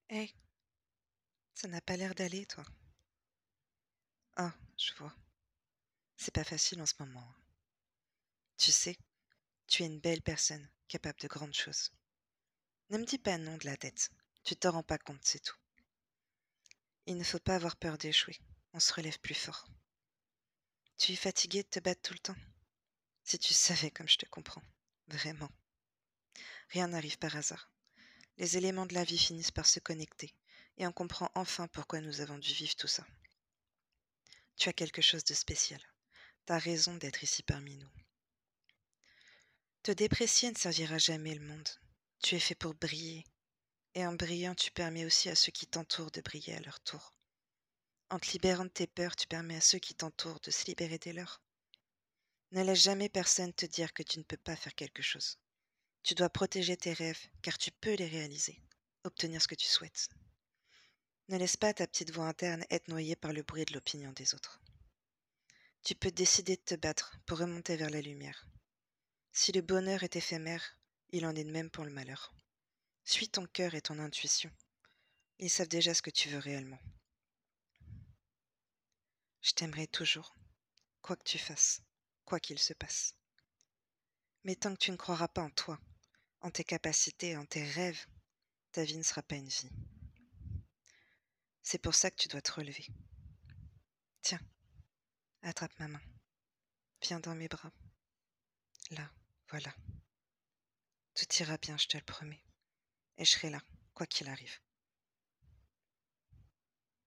Hé, ça n'a pas l'air d'aller, toi. Ah, je vois. C'est pas facile en ce moment, hein. Tu sais, tu es une belle personne, capable de grandes choses. Ne me dis pas non de la tête. Tu t'en rends pas compte, c'est tout. Il ne faut pas avoir peur d'échouer. On se relève plus fort. Tu es fatigué de te battre tout le temps. Si tu savais comme je te comprends. Vraiment. Rien n'arrive par hasard. Les éléments de la vie finissent par se connecter, et on comprend enfin pourquoi nous avons dû vivre tout ça. Tu as quelque chose de spécial. T'as raison d'être ici parmi nous. Te déprécier ne servira jamais le monde. Tu es fait pour briller, et en brillant, tu permets aussi à ceux qui t'entourent de briller à leur tour. En te libérant de tes peurs, tu permets à ceux qui t'entourent de se libérer des leurs. Ne laisse jamais personne te dire que tu ne peux pas faire quelque chose. Tu dois protéger tes rêves, car tu peux les réaliser, obtenir ce que tu souhaites. Ne laisse pas ta petite voix interne être noyée par le bruit de l'opinion des autres. Tu peux décider de te battre pour remonter vers la lumière. Si le bonheur est éphémère, il en est de même pour le malheur. Suis ton cœur et ton intuition. Ils savent déjà ce que tu veux réellement. Je t'aimerai toujours, quoi que tu fasses, quoi qu'il se passe. Mais tant que tu ne croiras pas en toi, en tes capacités, en tes rêves, ta vie ne sera pas une vie. C'est pour ça que tu dois te relever. Tiens, attrape ma main. Viens dans mes bras. Là, voilà. Tout ira bien, je te le promets. Et je serai là, quoi qu'il arrive.